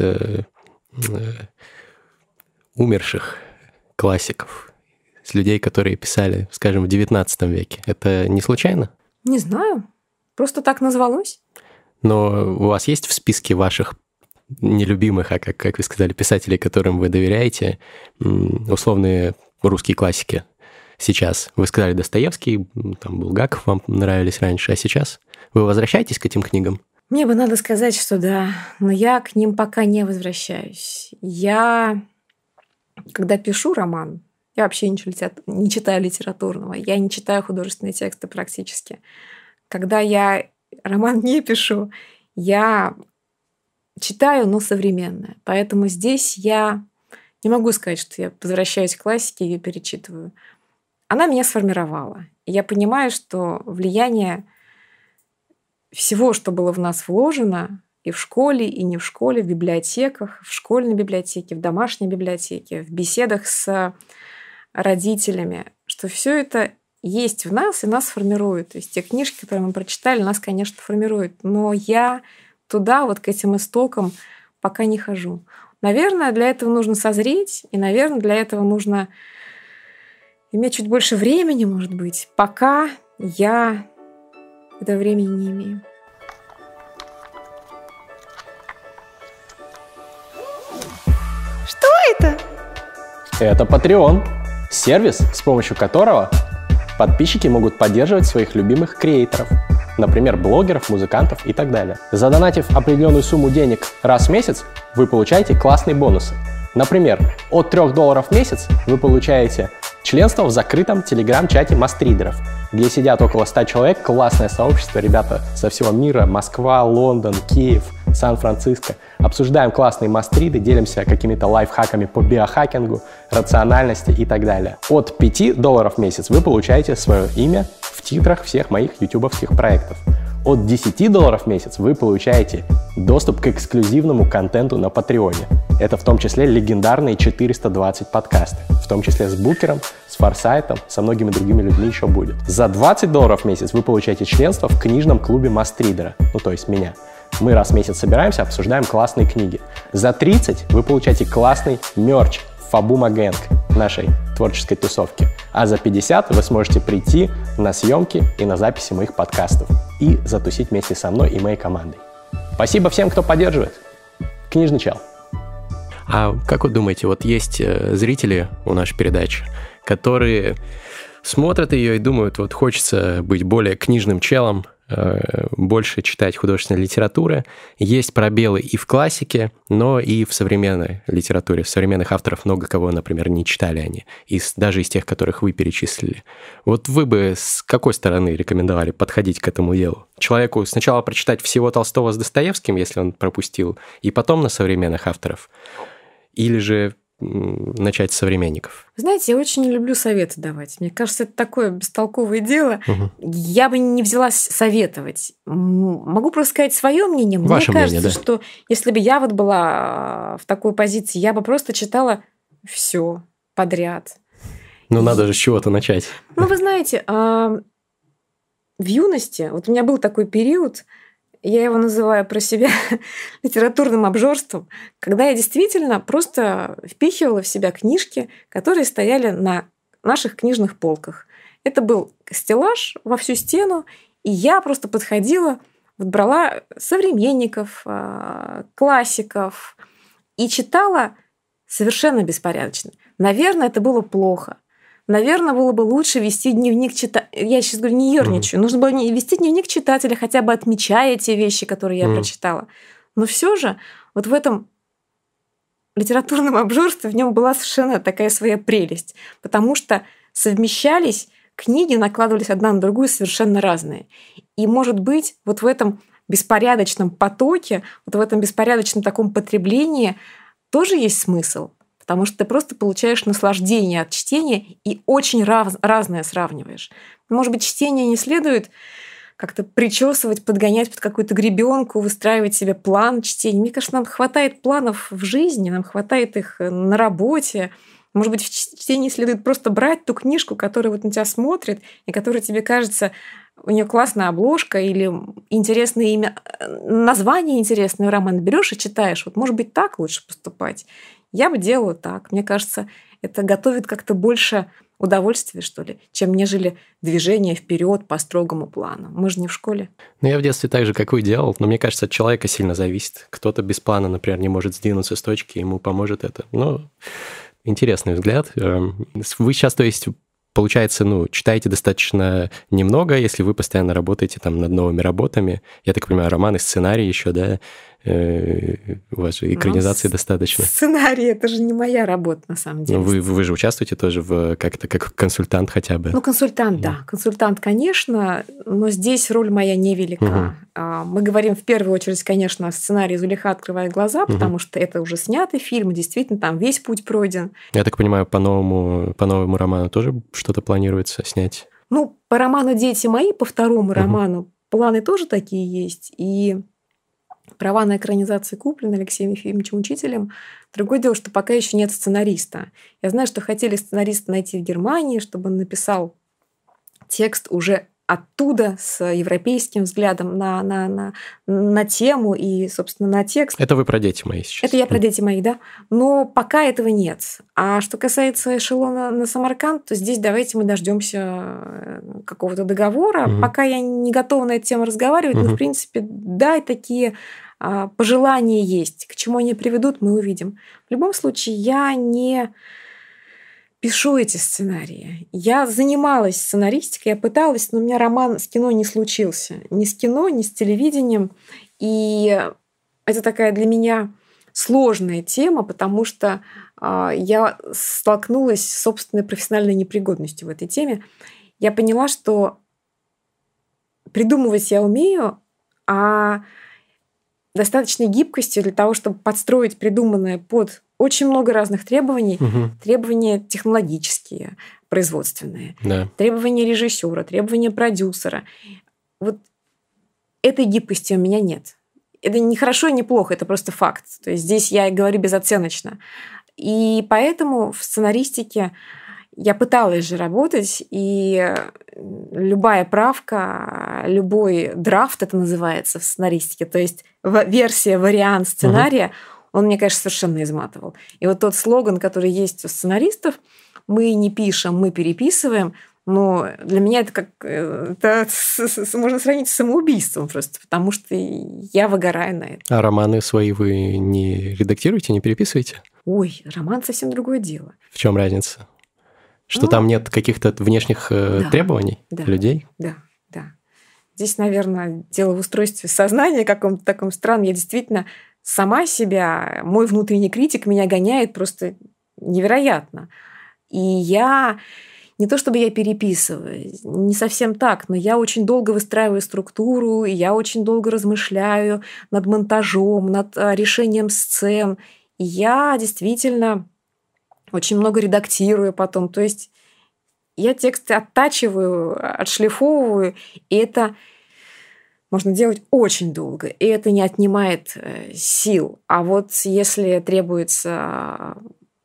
умерших классиков, с людей, которые писали, скажем, в XIX веке. Это не случайно?
Не знаю. Просто так назвалось.
Но у вас есть в списке ваших нелюбимых, а как вы сказали, писателей, которым вы доверяете, условные русские классики сейчас? Вы сказали Достоевский, там Булгаков вам нравились раньше, а сейчас вы возвращаетесь к этим книгам?
Мне бы надо сказать, что да, но я к ним пока не возвращаюсь. Я, когда пишу роман, я вообще ничего не читаю литературного, я не читаю художественные тексты практически. Когда я роман не пишу, я читаю, но современное. Поэтому здесь я не могу сказать, что я возвращаюсь к классике и ее перечитываю. Она меня сформировала. И я понимаю, что влияние всего, что было в нас вложено, и в школе, и не в школе, в библиотеках, в школьной библиотеке, в домашней библиотеке, в беседах с родителями, что все это есть в нас и нас формирует. То есть те книжки, которые мы прочитали, нас, конечно, формируют. Но я туда, вот к этим истокам, пока не хожу. Наверное, для этого нужно созреть, и, наверное, для этого нужно иметь чуть больше времени, может быть. Пока я этого времени не имею.
Что это?
Это Patreon, сервис, с помощью которого подписчики могут поддерживать своих любимых креаторов, например, блогеров, музыкантов и так далее. Задонатив определенную сумму денег раз в месяц, вы получаете классные бонусы. Например, от $3 в месяц вы получаете членство в закрытом телеграм-чате мастридеров, где сидят около 100 человек, классное сообщество, ребята со всего мира, Москва, Лондон, Киев, Сан-Франциско. Обсуждаем классные мастриды, делимся какими-то лайфхаками по биохакингу, рациональности и так далее. От $5 в месяц вы получаете свое имя в титрах всех моих ютубовских проектов. От $10 в месяц вы получаете доступ к эксклюзивному контенту на Патреоне. Это в том числе легендарные 420 подкасты, в том числе с Букером, с Форсайтом, со многими другими людьми еще будет. За $20 в месяц вы получаете членство в книжном клубе Мастридера, ну то есть меня. Мы раз в месяц собираемся, обсуждаем классные книги. За 30 вы получаете классный мерч Фабума Гэнг нашей творческой тусовки. А за 50 вы сможете прийти на съемки и на записи моих подкастов и затусить вместе со мной и моей командой. Спасибо всем, кто поддерживает. Книжный чел. А как вы думаете, вот есть зрители у нашей передачи, которые смотрят ее и думают, вот хочется быть более книжным челом, больше читать художественной литературы. Есть пробелы и в классике, но и в современной литературе. Современных авторов много кого, например, не читали они, даже из тех, которых вы перечислили. Вот вы бы с какой стороны рекомендовали подходить к этому делу? Человеку сначала прочитать всего Толстого с Достоевским, если он пропустил, и потом на современных авторов? Или же начать с современников?
Знаете, я очень не люблю советы давать. Мне кажется, это такое бестолковое дело. Я бы не взялась советовать. Могу просто сказать свое мнение.
Ваше
Мне кажется,
мнение, да.
что если бы я вот была в такой позиции, я бы просто читала все подряд.
Ну, надо же с чего-то начать.
Ну, вы знаете, в юности, вот у меня был такой период, Я его называю про себя литературным обжорством, когда я действительно просто впихивала в себя книжки, которые стояли на наших книжных полках. Это был стеллаж во всю стену, и я просто подходила, вот брала современников, классиков и читала совершенно беспорядочно. Наверное, это было плохо. Наверное, было бы лучше вести дневник читателя. Я сейчас говорю, не ерничаю. Нужно было вести дневник читателя, хотя бы отмечая те вещи, которые я прочитала. Но все же вот в этом литературном обжорстве в нем была совершенно такая своя прелесть, потому что совмещались книги, накладывались одна на другую совершенно разные. И, может быть, вот в этом беспорядочном потоке, вот в этом беспорядочном таком потреблении тоже есть смысл. Потому что ты просто получаешь наслаждение от чтения и очень разное сравниваешь. Может быть, чтение не следует как-то причесывать, подгонять под какую-то гребенку, выстраивать себе план чтения. Мне кажется, нам хватает планов в жизни, нам хватает их на работе. Может быть, в чтении следует просто брать ту книжку, которая вот на тебя смотрит, и которая тебе кажется, у нее классная обложка или интересное имя, название интересное, роман берешь и читаешь. Вот, может быть, так лучше поступать. Я бы делала так. Мне кажется, это готовит как-то больше удовольствия, что ли, чем нежели движение вперед по строгому плану. Мы же не в школе.
Ну, я в детстве так же, как вы, делал, но мне кажется, от человека сильно зависит. Кто-то без плана, например, не может сдвинуться с точки, ему поможет это. Ну, интересный взгляд. Вы сейчас, то есть, получается, читаете достаточно немного, если вы постоянно работаете там над новыми работами. Я так понимаю, романы, сценарии еще, да? У вас же экранизации достаточно.
Сценарий – это же не моя работа, на самом деле.
Вы же участвуете тоже как-то как консультант хотя бы?
Консультант, да. Консультант, конечно, но здесь роль моя невелика. Мы говорим в первую очередь, конечно, о сценарии «Зулейха открывает глаза», потому что это уже снятый фильм, и действительно там весь путь пройден.
Я так понимаю, по новому роману тоже что-то планируется снять?
По роману «Дети мои», по второму роману, планы тоже такие есть. И права на экранизацию куплены Алексеем Ефимовичем Учителем. Другое дело, что пока еще нет сценариста. Я знаю, что хотели сценариста найти в Германии, чтобы он написал текст уже оттуда с европейским взглядом на тему и, собственно, на текст.
Это вы про «Дети мои» сейчас?
Это я про «Дети мои», да. Но пока этого нет. А что касается эшелона на Самарканд, то здесь давайте мы дождемся какого-то договора. Пока я не готова на эту тему разговаривать, но, в принципе, да, такие пожелания есть. К чему они приведут, мы увидим. В любом случае, я не пишу эти сценарии. Я занималась сценаристикой, я пыталась, но у меня роман с кино не случился. Ни с кино, ни с телевидением. И это такая для меня сложная тема, потому что я столкнулась с собственной профессиональной непригодностью в этой теме. Я поняла, что придумывать я умею, а достаточной гибкостью для того, чтобы подстроить придуманное под очень много разных требований. Требования технологические, производственные, требования режиссера, требования продюсера. Вот этой гибкости у меня нет. Это не хорошо и не плохо, это просто факт. То есть здесь я говорю безоценочно. И поэтому в сценаристике я пыталась же работать, и любая правка, любой драфт, это называется в сценаристике, то есть версия, вариант сценария, он меня, конечно, совершенно изматывал. И вот тот слоган, который есть у сценаристов, мы не пишем, мы переписываем, но для меня это можно сравнить с самоубийством просто, потому что я выгораю на это.
А романы свои вы не редактируете, не переписываете?
Ой, роман совсем другое дело.
В чем разница? Что там нет каких-то внешних требований людей?
Да. Здесь, наверное, дело в устройстве сознания каком-то таком странном. Я действительно сама себя, мой внутренний критик меня гоняет просто невероятно. И я не то чтобы я переписываю, не совсем так, но я очень долго выстраиваю структуру, и я очень долго размышляю над монтажом, над решением сцен. И я действительно очень много редактирую потом. То есть я тексты оттачиваю, отшлифовываю, и это можно делать очень долго, и это не отнимает сил. А вот если требуется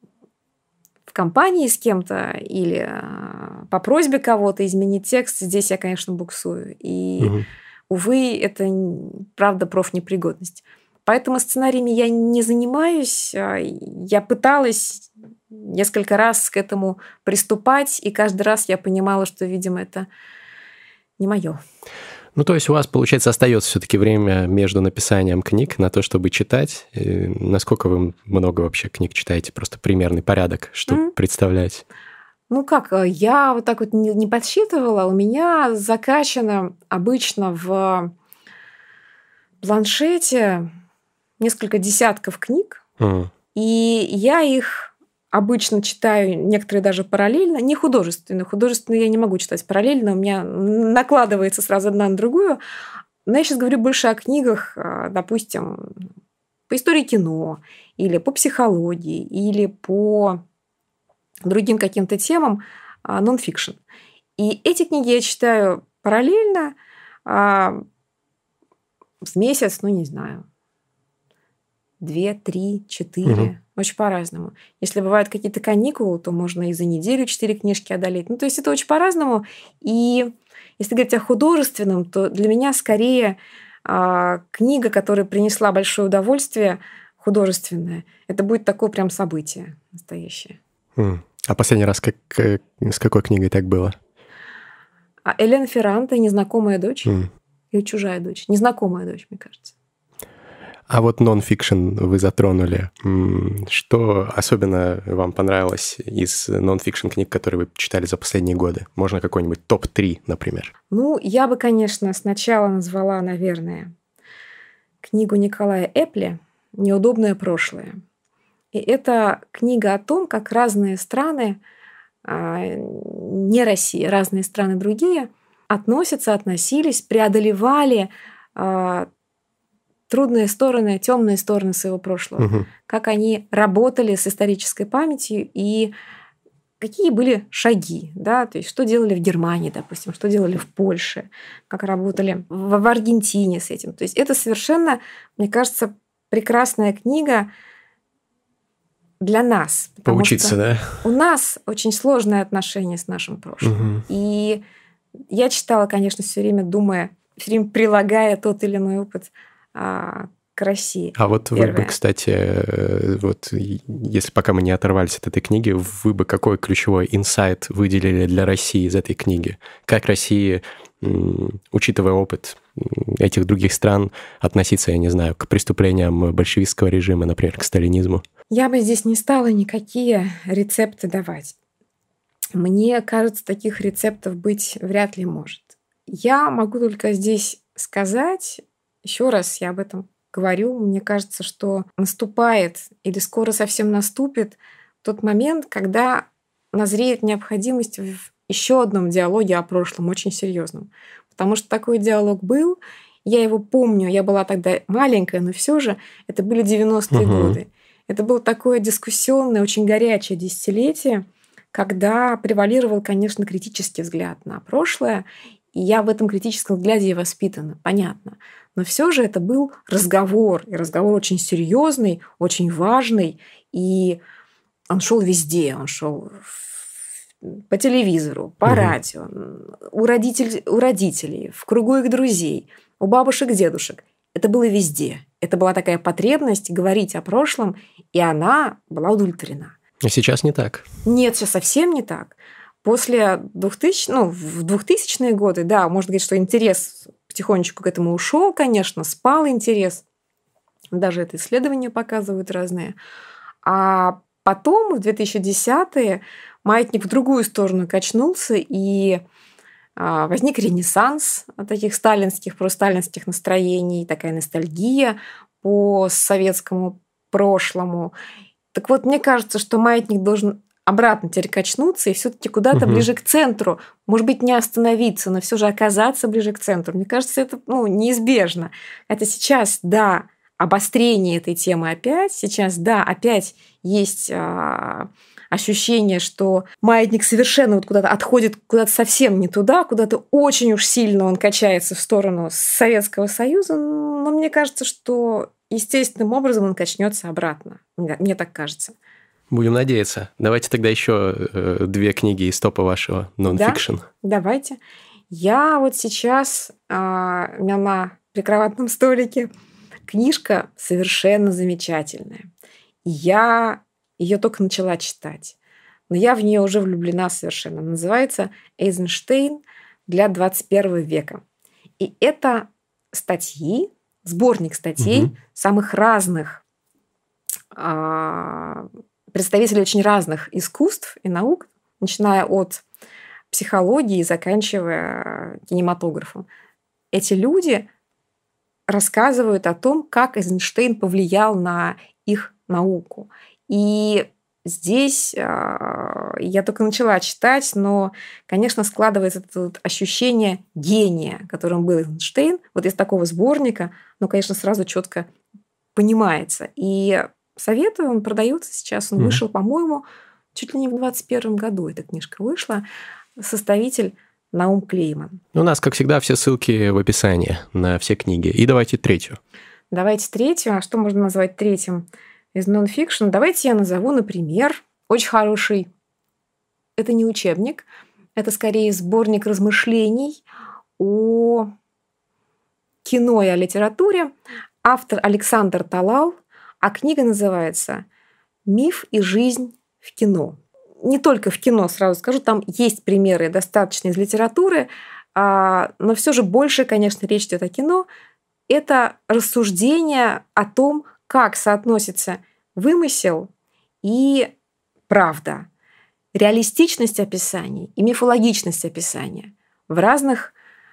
в компании с кем-то или по просьбе кого-то изменить текст, здесь я, конечно, буксую. И увы, это правда профнепригодность. Поэтому сценариями я не занимаюсь. Я пыталась несколько раз к этому приступать, и каждый раз я понимала, что, видимо, это не мое.
Ну, то есть у вас, получается, остается все-таки время между написанием книг на то, чтобы читать. И насколько вы много вообще книг читаете? Просто примерный порядок, чтобы представлять.
Ну как, я вот так вот не подсчитывала. У меня закачано обычно в планшете несколько десятков книг, и я их обычно читаю, некоторые даже параллельно, не художественные. Художественные я не могу читать параллельно, у меня накладывается сразу одна на другую. Но я сейчас говорю больше о книгах, допустим, по истории кино, или по психологии, или по другим каким-то темам, нон-фикшн. И эти книги я читаю параллельно в месяц, ну, не знаю, 2, 3, 4, очень по-разному. Если бывают какие-то каникулы, то можно и за неделю 4 книжки одолеть. Ну, то есть это очень по-разному. И если говорить о художественном, то для меня скорее книга, которая принесла большое удовольствие, художественная, это будет такое прям событие настоящее.
А последний раз с какой книгой так было?
Элена Ферранте «Незнакомая дочь» или «Чужая дочь». «Незнакомая дочь», мне кажется.
А вот нон-фикшн вы затронули. Что особенно вам понравилось из нон-фикшн книг, которые вы читали за последние годы? Можно какой-нибудь топ-3, например?
Ну, я бы, конечно, сначала назвала, наверное, книгу Николая Эпля «Неудобное прошлое». И это книга о том, как разные страны, не Россия, разные страны другие, относились, преодолевали трудные стороны, темные стороны своего прошлого. Как они работали с исторической памятью и какие были шаги, да, то есть что делали в Германии, допустим, что делали в Польше, как работали в Аргентине с этим. То есть это совершенно, мне кажется, прекрасная книга для нас.
Поучиться, да?
У нас очень сложное отношение с нашим прошлым. И я читала, конечно, все время думая, все время прилагая тот или иной опыт к России.
А вот вы бы, кстати, вот если пока мы не оторвались от этой книги, вы бы какой ключевой инсайт выделили для России из этой книги? Как России, учитывая опыт этих других стран, относиться, я не знаю, к преступлениям большевистского режима, например, к сталинизму?
Я бы здесь не стала никакие рецепты давать. Мне кажется, таких рецептов быть вряд ли может. Я могу только здесь сказать, еще раз я об этом говорю, мне кажется, что наступает или скоро совсем наступит тот момент, когда назреет необходимость в еще одном диалоге о прошлом, очень серьезном. Потому что такой диалог был, я его помню, я была тогда маленькая, но все же это были 90-е годы. Это было такое дискуссионное, очень горячее десятилетие, когда превалировал, конечно, критический взгляд на прошлое, и я в этом критическом взгляде и воспитана, понятно. Но все же это был разговор, и разговор очень серьезный, очень важный, и он шел везде, он шел по телевизору, по радио, у родителей, в кругу их друзей, у бабушек, дедушек. Это было везде. Это была такая потребность говорить о прошлом, и она была удовлетворена.
А сейчас не так?
Нет, сейчас совсем не так. После 2000, в 2000-е годы, да, можно говорить, что интерес потихонечку к этому ушел, конечно, спал интерес. Даже это исследования показывают разные. А потом, в 2010-е, маятник в другую сторону качнулся, и возник ренессанс таких сталинских, просталинских настроений, такая ностальгия по советскому прошлому. Так вот, мне кажется, что маятник должен обратно теперь качнуться и все-таки куда-то ближе к центру. Может быть, не остановиться, но все же оказаться ближе к центру. Мне кажется, это неизбежно. Это сейчас, да, обострение этой темы опять. Сейчас, да, опять есть ощущение, что маятник совершенно вот куда-то отходит, куда-то совсем не туда, куда-то очень уж сильно он качается в сторону Советского Союза. Но мне кажется, что естественным образом он качнется обратно. Мне так кажется.
Будем надеяться. Давайте тогда еще 2 книги из топа вашего нон-фикшн.
Да, давайте. Я вот сейчас у меня на прикроватном столике книжка совершенно замечательная. Я ее только начала читать, но я в нее уже влюблена совершенно. Называется «Эйзенштейн для 21 века». И это статьи, сборник статей самых разных представителей очень разных искусств и наук, начиная от психологии и заканчивая кинематографом. Эти люди рассказывают о том, как Эйзенштейн повлиял на их науку. И здесь я только начала читать, но, конечно, складывается это вот ощущение гения, которым был Эйзенштейн. Вот из такого сборника, но, конечно, сразу четко понимается. И советую, он продается сейчас. Он вышел, по-моему, чуть ли не в 2021 году эта книжка вышла. Составитель Наум Клейман.
У нас, как всегда, все ссылки в описании на все книги. И давайте третью.
Давайте третью. А что можно назвать третьим из нон-фикшн? Давайте я назову, например, очень хороший. Это не учебник, это скорее сборник размышлений о кино и о литературе. Автор Александр Талал, а книга называется «Миф и жизнь в кино». Не только в кино, сразу скажу, там есть примеры достаточно из литературы, но все же больше, конечно, речь идет о кино. Это рассуждение о том, как соотносится вымысел и правда, реалистичность описаний и мифологичность описания в разных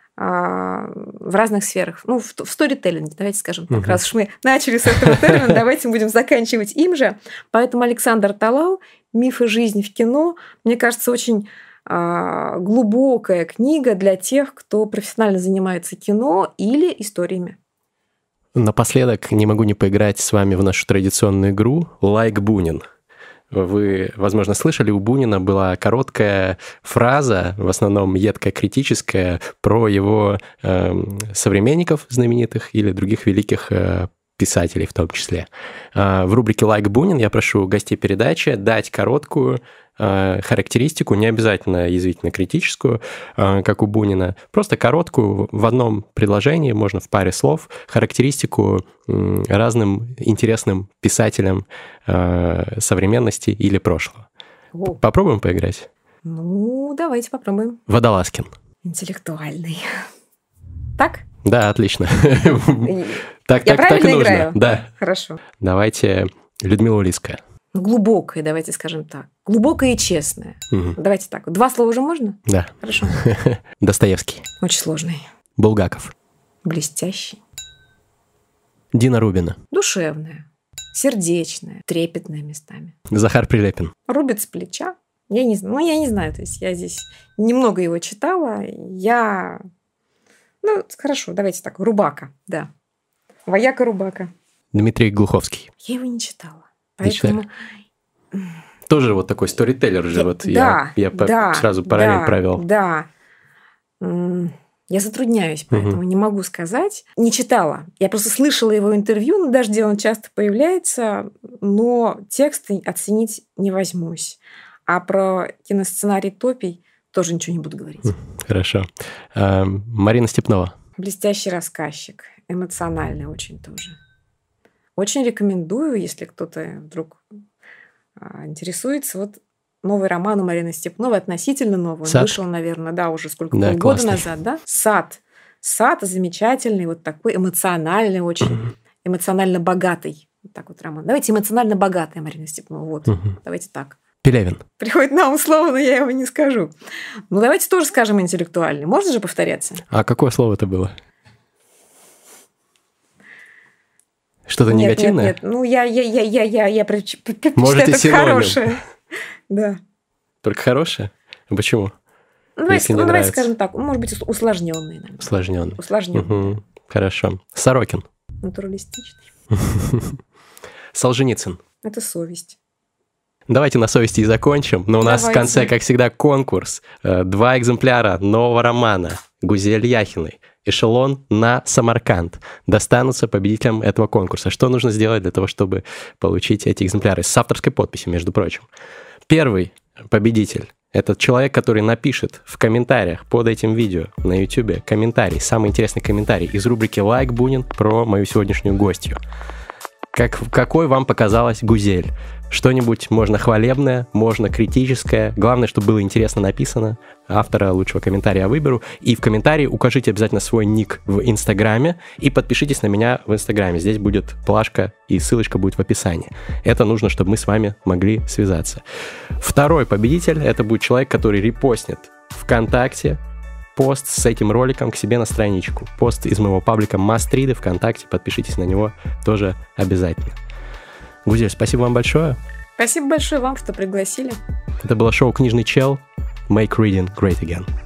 сферах. Ну, в сторителлинге, давайте скажем так. Раз уж мы начали с этого термина, давайте будем заканчивать им же. Поэтому Александр Талал «Миф и жизнь в кино», мне кажется, очень глубокая книга для тех, кто профессионально занимается кино или историями.
Напоследок не могу не поиграть с вами в нашу традиционную игру «Лайк Бунин». Вы, возможно, слышали, у Бунина была короткая фраза, в основном едко-критическая, про его современников знаменитых или других великих писателей в том числе. В рубрике «Лайк Бунин» я прошу гостей передачи дать короткую характеристику, не обязательно язвительно-критическую, как у Бунина, просто короткую, в одном предложении, можно в паре слов, характеристику разным интересным писателям современности или прошлого. Попробуем поиграть?
Ну, давайте попробуем.
Водолазкин.
Интеллектуальный. Так?
Да, отлично.
Я правильно
и нужно.
играю?
Да.
Хорошо.
Давайте Людмила Улицкая.
Глубокое, давайте скажем так. Глубокое и честное. Давайте так. 2 слова уже можно?
Да.
Хорошо.
Достоевский.
Очень сложный.
Булгаков.
Блестящий.
Дина Рубина.
Душевная. Сердечная. Трепетная местами.
Захар Прилепин.
Рубит с плеча. Я не знаю. То есть я здесь немного его читала. Хорошо, давайте так. Рубака, да. Вояка Рубака.
Дмитрий Глуховский.
Я его не читала. Поэтому...
Тоже вот такой сторителлер же. Я сразу параллель провел.
Да. Я затрудняюсь, поэтому не могу сказать. Не читала. Я просто слышала его интервью на «Дожде», он часто появляется, но тексты оценить не возьмусь. А про киносценарий «Топий» тоже ничего не буду говорить.
Хорошо. Марина Степнова.
Блестящий рассказчик. Эмоциональный очень тоже. Очень рекомендую, если кто-то вдруг интересуется. Вот новый роман у Марины Степновой, относительно новый. Он вышел, наверное, уже полгода назад. Да? «Сад». «Сад» замечательный, вот такой эмоциональный, очень эмоционально богатый. Вот так вот роман. Давайте эмоционально богатая Марина Степнова. Вот, давайте так.
Пелевин.
Приходит на ум слово, но я его не скажу. Ну, давайте тоже скажем интеллектуальный. Можно же повторяться?
А какое слово это было? Что-то негативное?
Нет. Ну, я
Может,
предпочитаю
и синоним.
хорошее. Да.
Только хорошее? Почему?
Давайте скажем так. Может быть, усложненный.
Усложненный. Хорошо. Сорокин.
Натуралистичный.
Солженицын.
Это совесть.
Давайте на совести и закончим. Но у нас в конце, как всегда, конкурс. 2 экземпляра нового романа Гузель Яхиной «Эшелон на Самарканд» достанутся победителям этого конкурса. Что нужно сделать для того, чтобы получить эти экземпляры? С авторской подписью, между прочим. Первый победитель Это человек, который напишет в комментариях под этим видео на YouTube комментарий, самый интересный комментарий из рубрики «Лайк Бунин» про мою сегодняшнюю гостью. Какой вам показалась Гузель? Что-нибудь можно хвалебное, можно критическое. Главное, чтобы было интересно написано. Автора лучшего комментария выберу. И в комментарии укажите обязательно свой ник в Инстаграме и подпишитесь на меня в Инстаграме. Здесь будет плашка и ссылочка будет в описании. Это нужно, чтобы мы с вами могли связаться. Второй победитель — это будет человек, который репостнет ВКонтакте пост с этим роликом к себе на страничку. Пост из моего паблика Must Read ВКонтакте. Подпишитесь на него тоже обязательно. Гузель, спасибо вам большое.
Спасибо большое вам, что пригласили.
Это было шоу «Книжный чел». Make reading great again.